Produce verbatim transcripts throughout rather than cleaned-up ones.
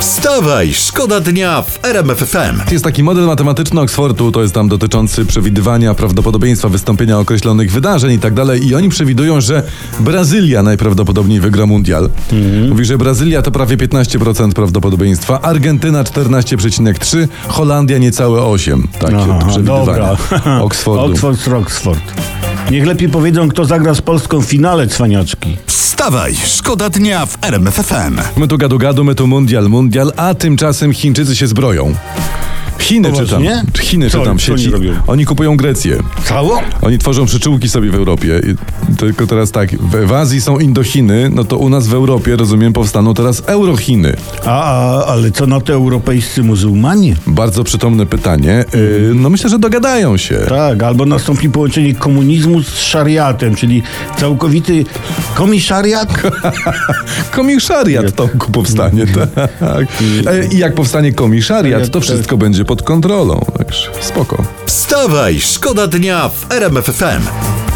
Wstawaj, szkoda dnia w R M F F M. Jest taki model matematyczny Oxfordu, to jest tam dotyczący przewidywania prawdopodobieństwa wystąpienia określonych wydarzeń i tak dalej. I oni przewidują, że Brazylia najprawdopodobniej wygra mundial. Mhm. Mówi, że Brazylia to prawie piętnaście procent prawdopodobieństwa, Argentyna czternaście przecinek trzy procent, Holandia niecałe osiem procent. Takie Aha, przewidywania dobra. Oxfordu. Oxford, Oxford. Niech lepiej powiedzą, kto zagra z Polską w finale, cwaniaczki. Wstawaj, szkoda dnia w R M F F M. My tu gadu gadu, my tu mundial, mundial, a tymczasem Chińczycy się zbroją. Chiny czytam. Chiny Co, czytam w co sieci. oni robią? Oni kupują Grecję. Cało? Oni tworzą przyczółki sobie w Europie. I tylko teraz tak, w, w Azji są Indochiny, no to u nas w Europie, rozumiem, powstaną teraz Eurochiny. A, a ale co na to europejscy muzułmanie? Bardzo przytomne pytanie. Yy, no myślę, że dogadają się. Tak, albo nastąpi połączenie komunizmu z szariatem, czyli całkowity komisariat. Komisariat Tomku powstanie, tak. E, I jak powstanie komisariat, to wszystko będzie pod kontrolą. Także spoko. Wstawaj, szkoda dnia w R M F F M.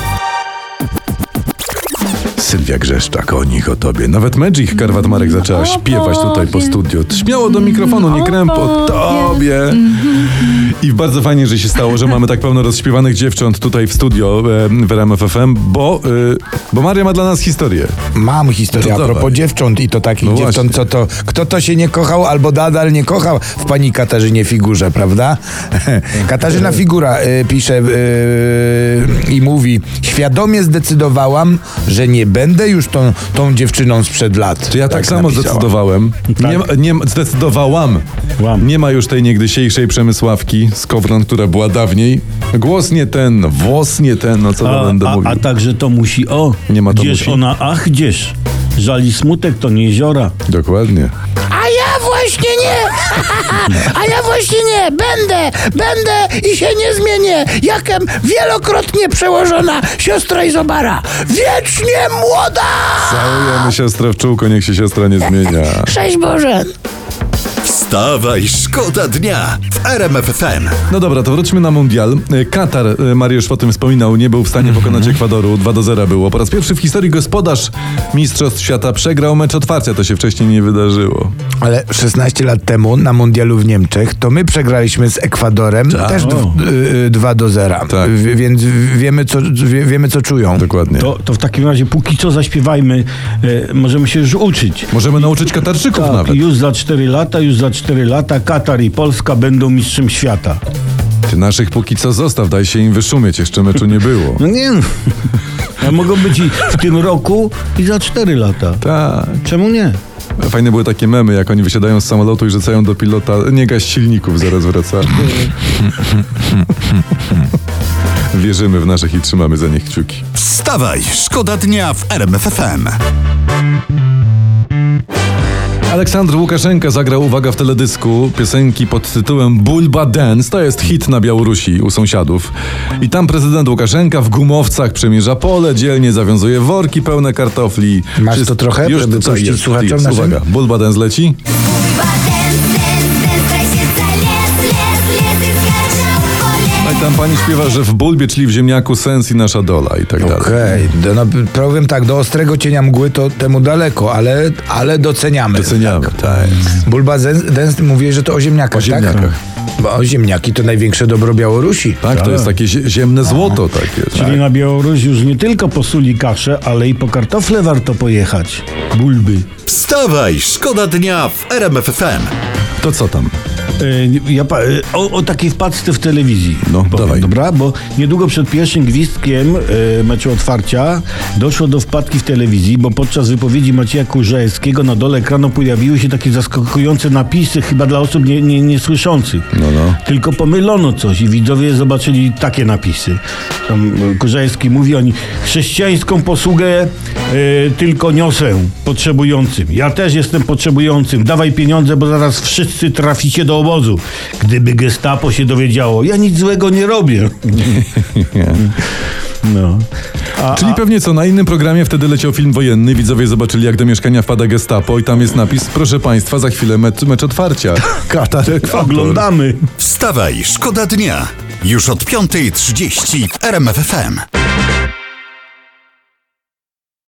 Sylwia Grzeszczak, o nich, o tobie. Nawet Magic Karwat Marek zaczęła śpiewać tutaj po studiu. Śmiało do mikrofonu, nie kręp, o tobie. I bardzo fajnie, że się stało, że mamy tak pełno rozśpiewanych dziewcząt tutaj w studio w R M F F M, bo, bo Maria ma dla nas historię. Mam historię To a propos dawaj. dziewcząt i to takich No dziewcząt, co to, kto to się nie kochał albo nadal nie kochał w pani Katarzynie Figurze, prawda? Katarzyna Figura y, pisze y, i mówi: świadomie zdecydowałam, że nie będę już tą, tą dziewczyną sprzed lat. To ja tak, samo napisała. zdecydowałem. Tak. Nie, ma- nie, ma- zdecydowałam. Łam. Nie ma już tej niegdysiejszej Przemysławki z Kowron, która była dawniej. Głos nie ten, włos nie ten, no co A, to będę a, mówił. a także to musi o. Nie ma to gdzież musi. ona, ach gdzież. Żali smutek to nie jeziora. Dokładnie. A ja właśnie nie! A ja właśnie nie! Będę! Będę i się nie zmienię! Jakem wielokrotnie przełożona siostra Izobara! Wiecznie młoda! Całujemy siostrę w czółko, niech się siostra nie zmienia. Cześć Boże! Wstawaj, szkoda dnia w R M F F M. No dobra, to wróćmy na mundial. Katar, Mariusz o tym wspominał, nie był w stanie pokonać Ekwadoru. dwa do zera było. Po raz pierwszy w historii gospodarz Mistrzostw Świata przegrał mecz otwarcia. To się wcześniej nie wydarzyło. Ale szesnaście lat temu na mundialu w Niemczech to my przegraliśmy z Ekwadorem Tak. też dwa do zera. Tak. W, więc wiemy co, wie, wiemy co czują. Dokładnie. To, to w takim razie póki co zaśpiewajmy, e, możemy się już uczyć. Możemy nauczyć Katarczyków Tak, nawet. już za cztery lata, już za cztery lata Katar i Polska będą mistrzem świata. Ty naszych póki co zostaw, daj się im wyszumieć, jeszcze meczu nie było. No nie no. A mogą być i w tym roku i za cztery lata. Tak. Czemu nie? Fajne były takie memy, jak oni wysiadają z samolotu i rzucają do pilota: nie gaś silników, zaraz wraca. Wierzymy w naszych i trzymamy za nich kciuki. Wstawaj, szkoda dnia w R M F F M. Aleksandr Łukaszenka zagrał, uwaga, w teledysku piosenki pod tytułem Bulba Dance. To jest hit na Białorusi u sąsiadów. I tam prezydent Łukaszenka w gumowcach przemierza pole, dzielnie zawiązuje worki pełne kartofli. Masz Wszystko- to trochę, Już żeby to puścić jest, słuchaczom jest. naszym? Uwaga, Bulba Dance leci. No i tam pani śpiewa, że w bulbie, czyli w ziemniaku, sens i nasza dola i tak dalej. Okej, okay. no, powiem tak, do ostrego cienia mgły to temu daleko, ale, ale doceniamy. Doceniamy, tak. Bulba Dance mówi, że to o ziemniakach, O ziemniakach. tak? Bo o ziemniaki to największe dobro Białorusi. Tak, to jest takie zie- ziemne złoto takie. Czyli Tak. na Białoruś już nie tylko posuli kaszę, ale i po kartofle warto pojechać. Bulby. Wstawaj, szkoda dnia w R M F F M. To co tam? E, Ja, pa- e, o, o takiej wpadce w telewizji. No, powiem, dawaj. Dobra, bo niedługo przed pierwszym gwizdkiem e, meczu otwarcia doszło do wpadki w telewizji, bo podczas wypowiedzi Macieja Kurzajewskiego na dole ekranu pojawiły się takie zaskakujące napisy, chyba dla osób nie, nie, niesłyszących. No, no. Tylko pomylono coś i widzowie zobaczyli takie napisy. Tam e, Kurzajewski mówi: oni chrześcijańską posługę e, tylko niosę potrzebującym. Ja też jestem potrzebującym. Dawaj pieniądze, bo zaraz wszyscy traficie do obozu. Gdyby gestapo się dowiedziało, ja nic złego nie robię. No. A, Czyli pewnie co, na innym programie wtedy leciał film wojenny, widzowie zobaczyli, jak do mieszkania wpada gestapo i tam jest napis: proszę państwa, za chwilę mecz, mecz otwarcia. Katar, Ekwador. oglądamy. Wstawaj, szkoda dnia. Już od piątej trzydzieści w R M F F M.